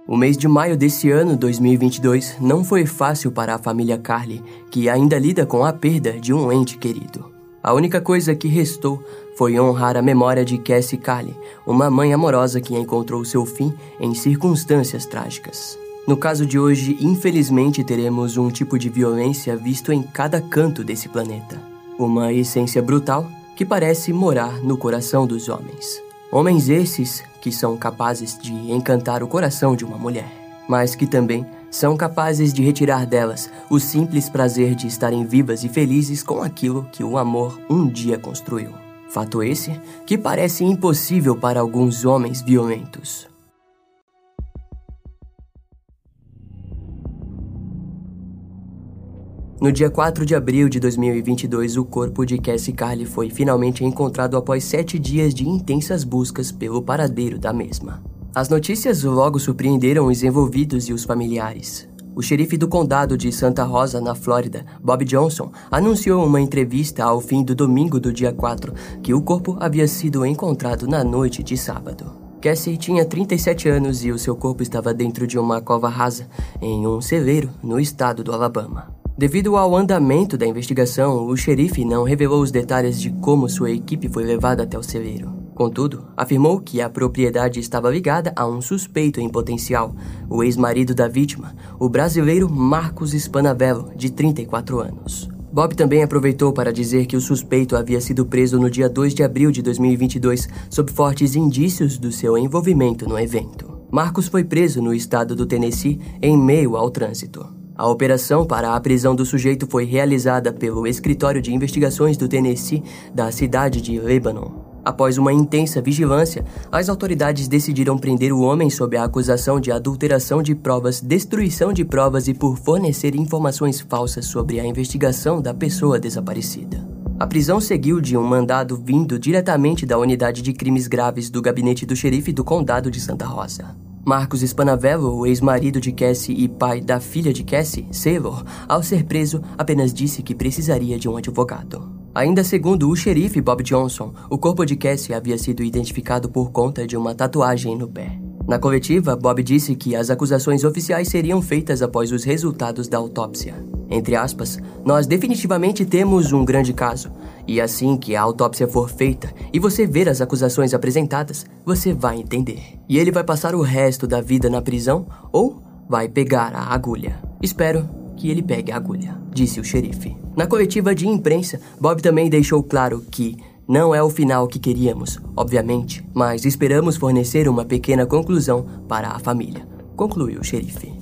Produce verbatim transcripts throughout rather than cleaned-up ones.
O mês de maio desse ano, dois mil e vinte e dois, não foi fácil para a família Carly, que ainda lida com a perda de um ente querido. A única coisa que restou foi honrar a memória de Cassie Carly, uma mãe amorosa que encontrou seu fim em circunstâncias trágicas. No caso de hoje, infelizmente, teremos um tipo de violência visto em cada canto desse planeta. Uma essência brutal que parece morar no coração dos homens. Homens esses que são capazes de encantar o coração de uma mulher, mas que também são capazes de retirar delas o simples prazer de estarem vivas e felizes com aquilo que o amor um dia construiu. Fato esse que parece impossível para alguns homens violentos. No dia quatro de abril de dois mil e vinte e dois, o corpo de Cassie Carly foi finalmente encontrado após sete dias de intensas buscas pelo paradeiro da mesma. As notícias logo surpreenderam os envolvidos e os familiares. O xerife do condado de Santa Rosa, na Flórida, Bob Johnson, anunciou em uma entrevista ao fim do domingo do dia quatro que o corpo havia sido encontrado na noite de sábado. Cassie tinha trinta e sete anos e o seu corpo estava dentro de uma cova rasa em um celeiro no estado do Alabama. Devido ao andamento da investigação, o xerife não revelou os detalhes de como sua equipe foi levada até o celeiro. Contudo, afirmou que a propriedade estava ligada a um suspeito em potencial, o ex-marido da vítima, o brasileiro Marcos Spanavello, de trinta e quatro anos. Bob também aproveitou para dizer que o suspeito havia sido preso no dia dois de abril de dois mil e vinte e dois, sob fortes indícios do seu envolvimento no evento. Marcos foi preso no estado do Tennessee em meio ao trânsito. A operação para a prisão do sujeito foi realizada pelo Escritório de Investigações do Tennessee da cidade de Lebanon. Após uma intensa vigilância, as autoridades decidiram prender o homem sob a acusação de adulteração de provas, destruição de provas e por fornecer informações falsas sobre a investigação da pessoa desaparecida. A prisão seguiu de um mandado vindo diretamente da Unidade de Crimes Graves do gabinete do xerife do condado de Santa Rosa. Marcos Spanavello, o ex-marido de Cassie e pai da filha de Cassie, Saylor, ao ser preso, apenas disse que precisaria de um advogado. Ainda segundo o xerife Bob Johnson, o corpo de Cassie havia sido identificado por conta de uma tatuagem no pé. Na coletiva, Bob disse que as acusações oficiais seriam feitas após os resultados da autópsia. Entre aspas, nós definitivamente temos um grande caso, e assim que a autópsia for feita e você ver as acusações apresentadas, você vai entender. E ele vai passar o resto da vida na prisão ou vai pegar a agulha. Espero que ele pegue a agulha, disse o xerife. Na coletiva de imprensa, Bob também deixou claro que não é o final que queríamos, obviamente, mas esperamos fornecer uma pequena conclusão para a família, concluiu o xerife.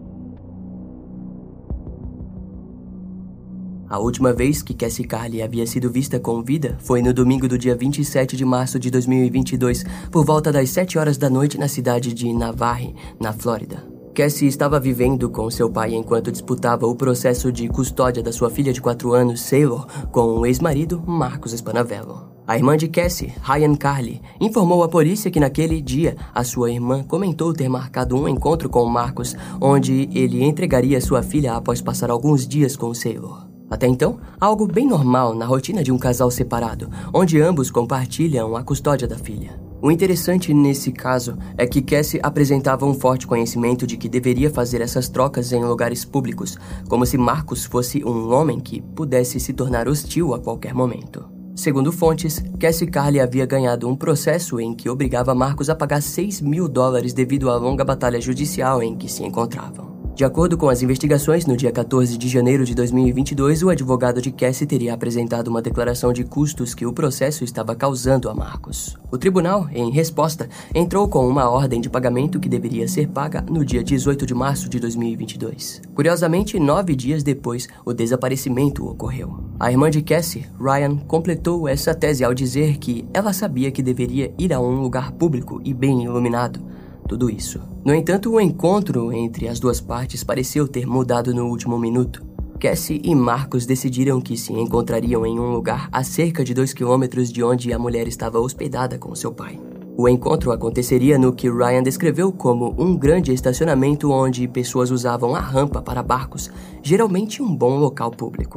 A última vez que Cassie Carly havia sido vista com vida foi no domingo do dia vinte e sete de março de dois mil e vinte e dois, por volta das sete horas da noite na cidade de Navarre, na Flórida. Cassie estava vivendo com seu pai enquanto disputava o processo de custódia da sua filha de quatro anos, Saylor, com o ex-marido Marcos Spanavello. A irmã de Cassie, Ryan Carly, informou à polícia que naquele dia a sua irmã comentou ter marcado um encontro com Marcos, onde ele entregaria sua filha após passar alguns dias com Saylor. Até então, algo bem normal na rotina de um casal separado, onde ambos compartilham a custódia da filha. O interessante nesse caso é que Cassie apresentava um forte conhecimento de que deveria fazer essas trocas em lugares públicos, como se Marcos fosse um homem que pudesse se tornar hostil a qualquer momento. Segundo fontes, Cassie Carly havia ganhado um processo em que obrigava Marcos a pagar seis mil dólares devido à longa batalha judicial em que se encontravam. De acordo com as investigações, no dia quatorze de janeiro de dois mil e vinte e dois, o advogado de Cassie teria apresentado uma declaração de custos que o processo estava causando a Marcos. O tribunal, em resposta, entrou com uma ordem de pagamento que deveria ser paga no dia dezoito de março de dois mil e vinte e dois. Curiosamente, nove dias depois, o desaparecimento ocorreu. A irmã de Cassie, Ryan, completou essa tese ao dizer que ela sabia que deveria ir a um lugar público e bem iluminado. Tudo isso. No entanto, o encontro entre as duas partes pareceu ter mudado no último minuto. Cassie e Marcos decidiram que se encontrariam em um lugar a cerca de dois quilômetros de onde a mulher estava hospedada com seu pai. O encontro aconteceria no que Ryan descreveu como um grande estacionamento onde pessoas usavam a rampa para barcos, geralmente um bom local público.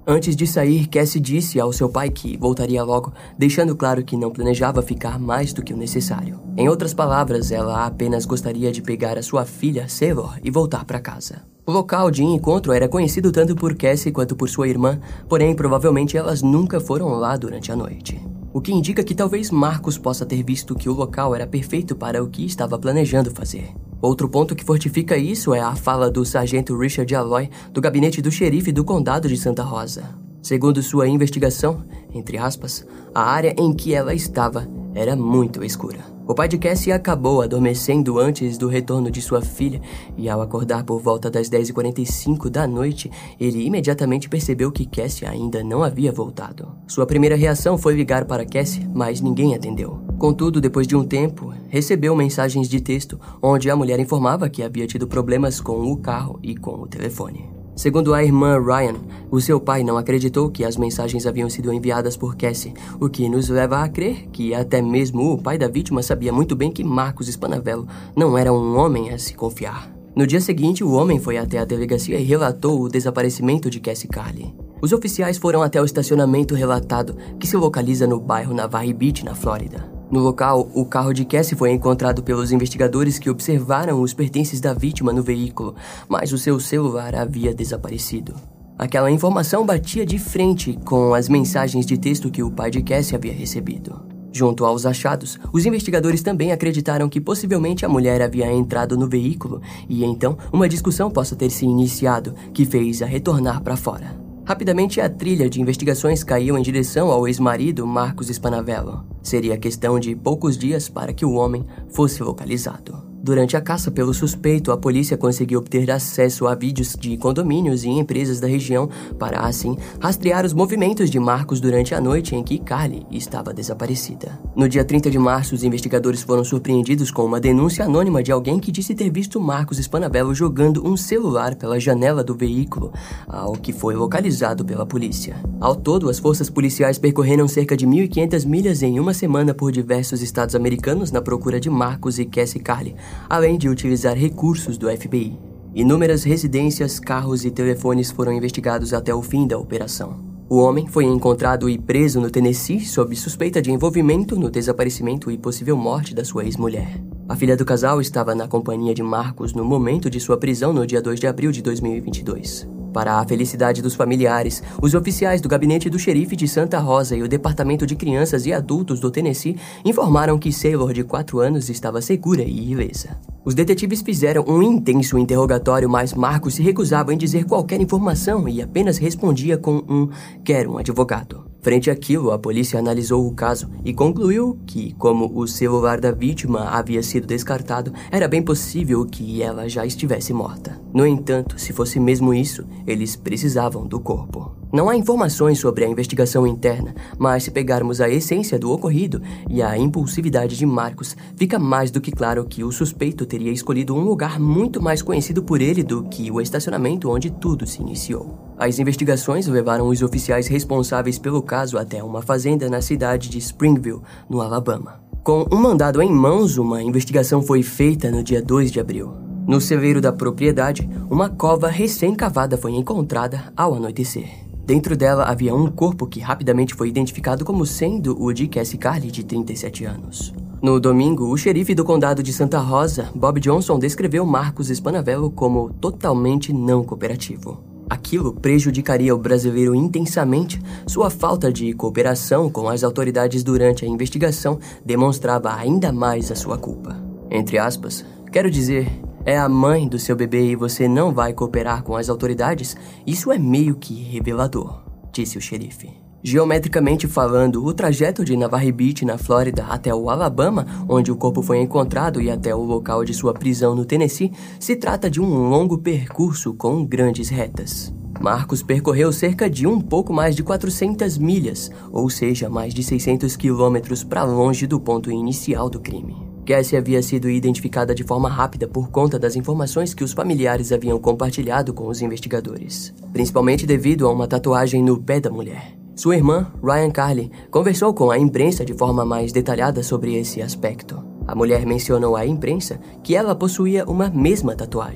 Antes de sair, Cassie disse ao seu pai que voltaria logo, deixando claro que não planejava ficar mais do que o necessário. Em outras palavras, ela apenas gostaria de pegar a sua filha, Sailor, e voltar para casa. O local de encontro era conhecido tanto por Cassie quanto por sua irmã, porém provavelmente elas nunca foram lá durante a noite. O que indica que talvez Marcus possa ter visto que o local era perfeito para o que estava planejando fazer. Outro ponto que fortifica isso é a fala do sargento Richard Alloy, do gabinete do xerife do condado de Santa Rosa. Segundo sua investigação, entre aspas, a área em que ela estava era muito escura. O pai de Cassie acabou adormecendo antes do retorno de sua filha e, ao acordar por volta das dez e quarenta e cinco da noite, ele imediatamente percebeu que Cassie ainda não havia voltado. Sua primeira reação foi ligar para Cassie, mas ninguém atendeu. Contudo, depois de um tempo, recebeu mensagens de texto onde a mulher informava que havia tido problemas com o carro e com o telefone. Segundo a irmã Ryan, o seu pai não acreditou que as mensagens haviam sido enviadas por Cassie, o que nos leva a crer que até mesmo o pai da vítima sabia muito bem que Marcus Spanavello não era um homem a se confiar. No dia seguinte, o homem foi até a delegacia e relatou o desaparecimento de Cassie Carli. Os oficiais foram até o estacionamento relatado, que se localiza no bairro Navarre Beach, na Flórida. No local, o carro de Cassie foi encontrado pelos investigadores que observaram os pertences da vítima no veículo, mas o seu celular havia desaparecido. Aquela informação batia de frente com as mensagens de texto que o pai de Cassie havia recebido. Junto aos achados, os investigadores também acreditaram que possivelmente a mulher havia entrado no veículo e então uma discussão possa ter se iniciado, que fez-a retornar para fora. Rapidamente, a trilha de investigações caiu em direção ao ex-marido Marcus Spanavello. Seria questão de poucos dias para que o homem fosse localizado. Durante a caça pelo suspeito, a polícia conseguiu obter acesso a vídeos de condomínios e empresas da região para, assim, rastrear os movimentos de Marcus durante a noite em que Carli estava desaparecida. No dia trinta de março, os investigadores foram surpreendidos com uma denúncia anônima de alguém que disse ter visto Marcus Spanavello jogando um celular pela janela do veículo, ao que foi localizado pela polícia. Ao todo, as forças policiais percorreram cerca de mil e quinhentas milhas em uma semana por diversos estados americanos na procura de Marcus e Cassie Carli, além de utilizar recursos do F B I. Inúmeras residências, carros e telefones foram investigados até o fim da operação. O homem foi encontrado e preso no Tennessee sob suspeita de envolvimento no desaparecimento e possível morte da sua ex-mulher. A filha do casal estava na companhia de Marcus no momento de sua prisão no dia dois de abril de dois mil e vinte e dois. Para a felicidade dos familiares, os oficiais do gabinete do xerife de Santa Rosa e o departamento de crianças e adultos do Tennessee informaram que Sailor, de quatro anos, estava segura e ilesa. Os detetives fizeram um intenso interrogatório, mas Marcus se recusava em dizer qualquer informação e apenas respondia com um "quero um advogado". Frente àquilo, a polícia analisou o caso e concluiu que, como o celular da vítima havia sido descartado, era bem possível que ela já estivesse morta. No entanto, se fosse mesmo isso, eles precisavam do corpo. Não há informações sobre a investigação interna, mas se pegarmos a essência do ocorrido e a impulsividade de Marcus, fica mais do que claro que o suspeito teria escolhido um lugar muito mais conhecido por ele do que o estacionamento onde tudo se iniciou. As investigações levaram os oficiais responsáveis pelo caso até uma fazenda na cidade de Springville, no Alabama. Com um mandado em mãos, uma investigação foi feita no dia dois de abril. No celeiro da propriedade, uma cova recém-cavada foi encontrada ao anoitecer. Dentro dela havia um corpo que rapidamente foi identificado como sendo o de Cassie Carli, de trinta e sete anos. No domingo, o xerife do condado de Santa Rosa, Bob Johnson, descreveu Marcus Spanavello como totalmente não cooperativo. Aquilo prejudicaria o brasileiro intensamente. Sua falta de cooperação com as autoridades durante a investigação demonstrava ainda mais a sua culpa. Entre aspas, quero dizer, é a mãe do seu bebê e você não vai cooperar com as autoridades? Isso é meio que revelador, disse o xerife. Geometricamente falando, o trajeto de Navarre Beach, na Flórida, até o Alabama, onde o corpo foi encontrado, e até o local de sua prisão no Tennessee, se trata de um longo percurso com grandes retas. Marcus percorreu cerca de um pouco mais de quatrocentas milhas, ou seja, mais de seiscentos quilômetros para longe do ponto inicial do crime. Cassie havia sido identificada de forma rápida por conta das informações que os familiares haviam compartilhado com os investigadores, principalmente devido a uma tatuagem no pé da mulher. Sua irmã, Ryan Carli, conversou com a imprensa de forma mais detalhada sobre esse aspecto. A mulher mencionou à imprensa que ela possuía uma mesma tatuagem.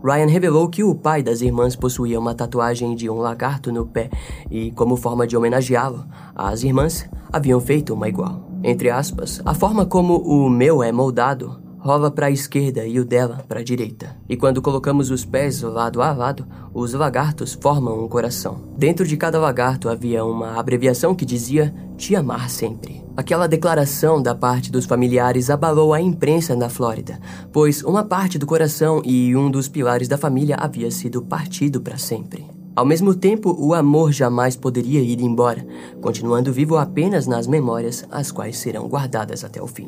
Ryan revelou que o pai das irmãs possuía uma tatuagem de um lagarto no pé e, como forma de homenageá-lo, as irmãs haviam feito uma igual. Entre aspas, a forma como o meu é moldado rola para a esquerda e o dela para a direita. E quando colocamos os pés lado a lado, os lagartos formam um coração. Dentro de cada lagarto havia uma abreviação que dizia "te amar sempre". Aquela declaração da parte dos familiares abalou a imprensa na Flórida, pois uma parte do coração e um dos pilares da família havia sido partido para sempre. Ao mesmo tempo, o amor jamais poderia ir embora, continuando vivo apenas nas memórias, as quais serão guardadas até o fim.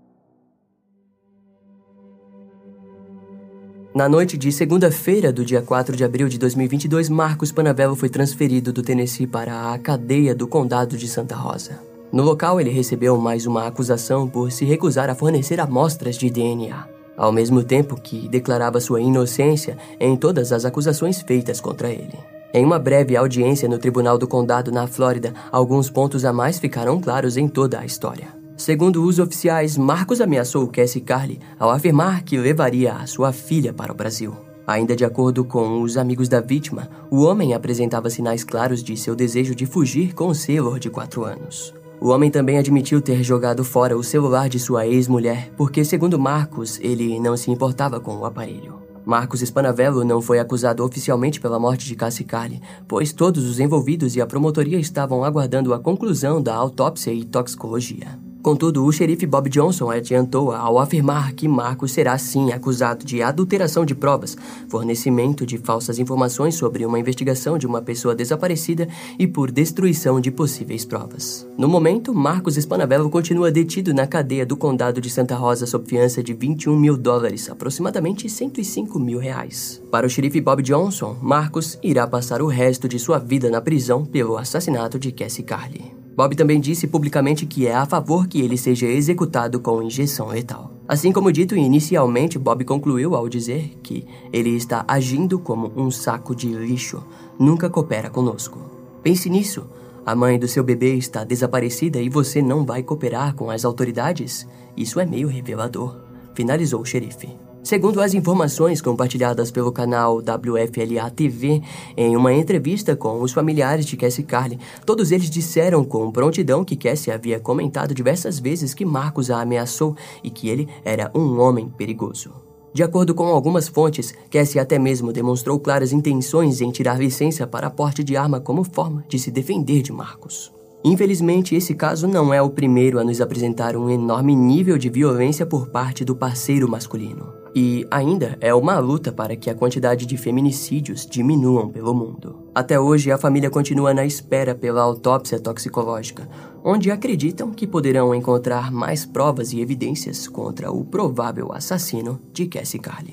Na noite de segunda-feira do dia quatro de abril de dois mil e vinte e dois, Marcos Panavello foi transferido do Tennessee para a cadeia do condado de Santa Rosa. No local, ele recebeu mais uma acusação por se recusar a fornecer amostras de D N A, ao mesmo tempo que declarava sua inocência em todas as acusações feitas contra ele. Em uma breve audiência no Tribunal do Condado na Flórida, alguns pontos a mais ficaram claros em toda a história. Segundo os oficiais, Marcos ameaçou Cassie Carly ao afirmar que levaria a sua filha para o Brasil. Ainda de acordo com os amigos da vítima, o homem apresentava sinais claros de seu desejo de fugir com o Saylor de quatro anos. O homem também admitiu ter jogado fora o celular de sua ex-mulher, porque, segundo Marcos, ele não se importava com o aparelho. Marcos Panavello não foi acusado oficialmente pela morte de Cassie Carly, pois todos os envolvidos e a promotoria estavam aguardando a conclusão da autópsia e toxicologia. Contudo, o xerife Bob Johnson adiantou ao afirmar que Marcos será sim acusado de adulteração de provas, fornecimento de falsas informações sobre uma investigação de uma pessoa desaparecida e por destruição de possíveis provas. No momento, Marcos Panavello continua detido na cadeia do condado de Santa Rosa sob fiança de vinte e um mil dólares, aproximadamente cento e cinco mil reais. Para o xerife Bob Johnson, Marcos irá passar o resto de sua vida na prisão pelo assassinato de Cassie Carly. Bob também disse publicamente que é a favor que ele seja executado com injeção letal. Assim como dito inicialmente, Bob concluiu ao dizer que ele está agindo como um saco de lixo, nunca coopera conosco. Pense nisso, a mãe do seu bebê está desaparecida e você não vai cooperar com as autoridades? Isso é meio revelador, finalizou o xerife. Segundo as informações compartilhadas pelo canal W F L A T V, em uma entrevista com os familiares de Cassie Carly, todos eles disseram com prontidão que Cassie havia comentado diversas vezes que Marcos a ameaçou e que ele era um homem perigoso. De acordo com algumas fontes, Cassie até mesmo demonstrou claras intenções em tirar licença para porte de arma como forma de se defender de Marcos. Infelizmente, esse caso não é o primeiro a nos apresentar um enorme nível de violência por parte do parceiro masculino. E ainda é uma luta para que a quantidade de feminicídios diminuam pelo mundo. Até hoje, a família continua na espera pela autópsia toxicológica, onde acreditam que poderão encontrar mais provas e evidências contra o provável assassino de Cassie Carly.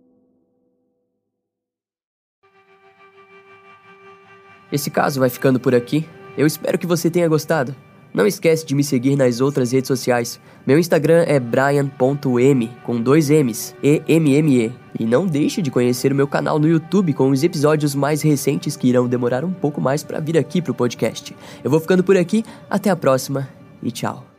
Esse caso vai ficando por aqui. Eu espero que você tenha gostado. Não esquece de me seguir nas outras redes sociais. Meu Instagram é brian ponto m, com dois M's, E M M E. E não deixe de conhecer o meu canal no YouTube com os episódios mais recentes que irão demorar um pouco mais para vir aqui pro podcast. Eu vou ficando por aqui, até a próxima e tchau.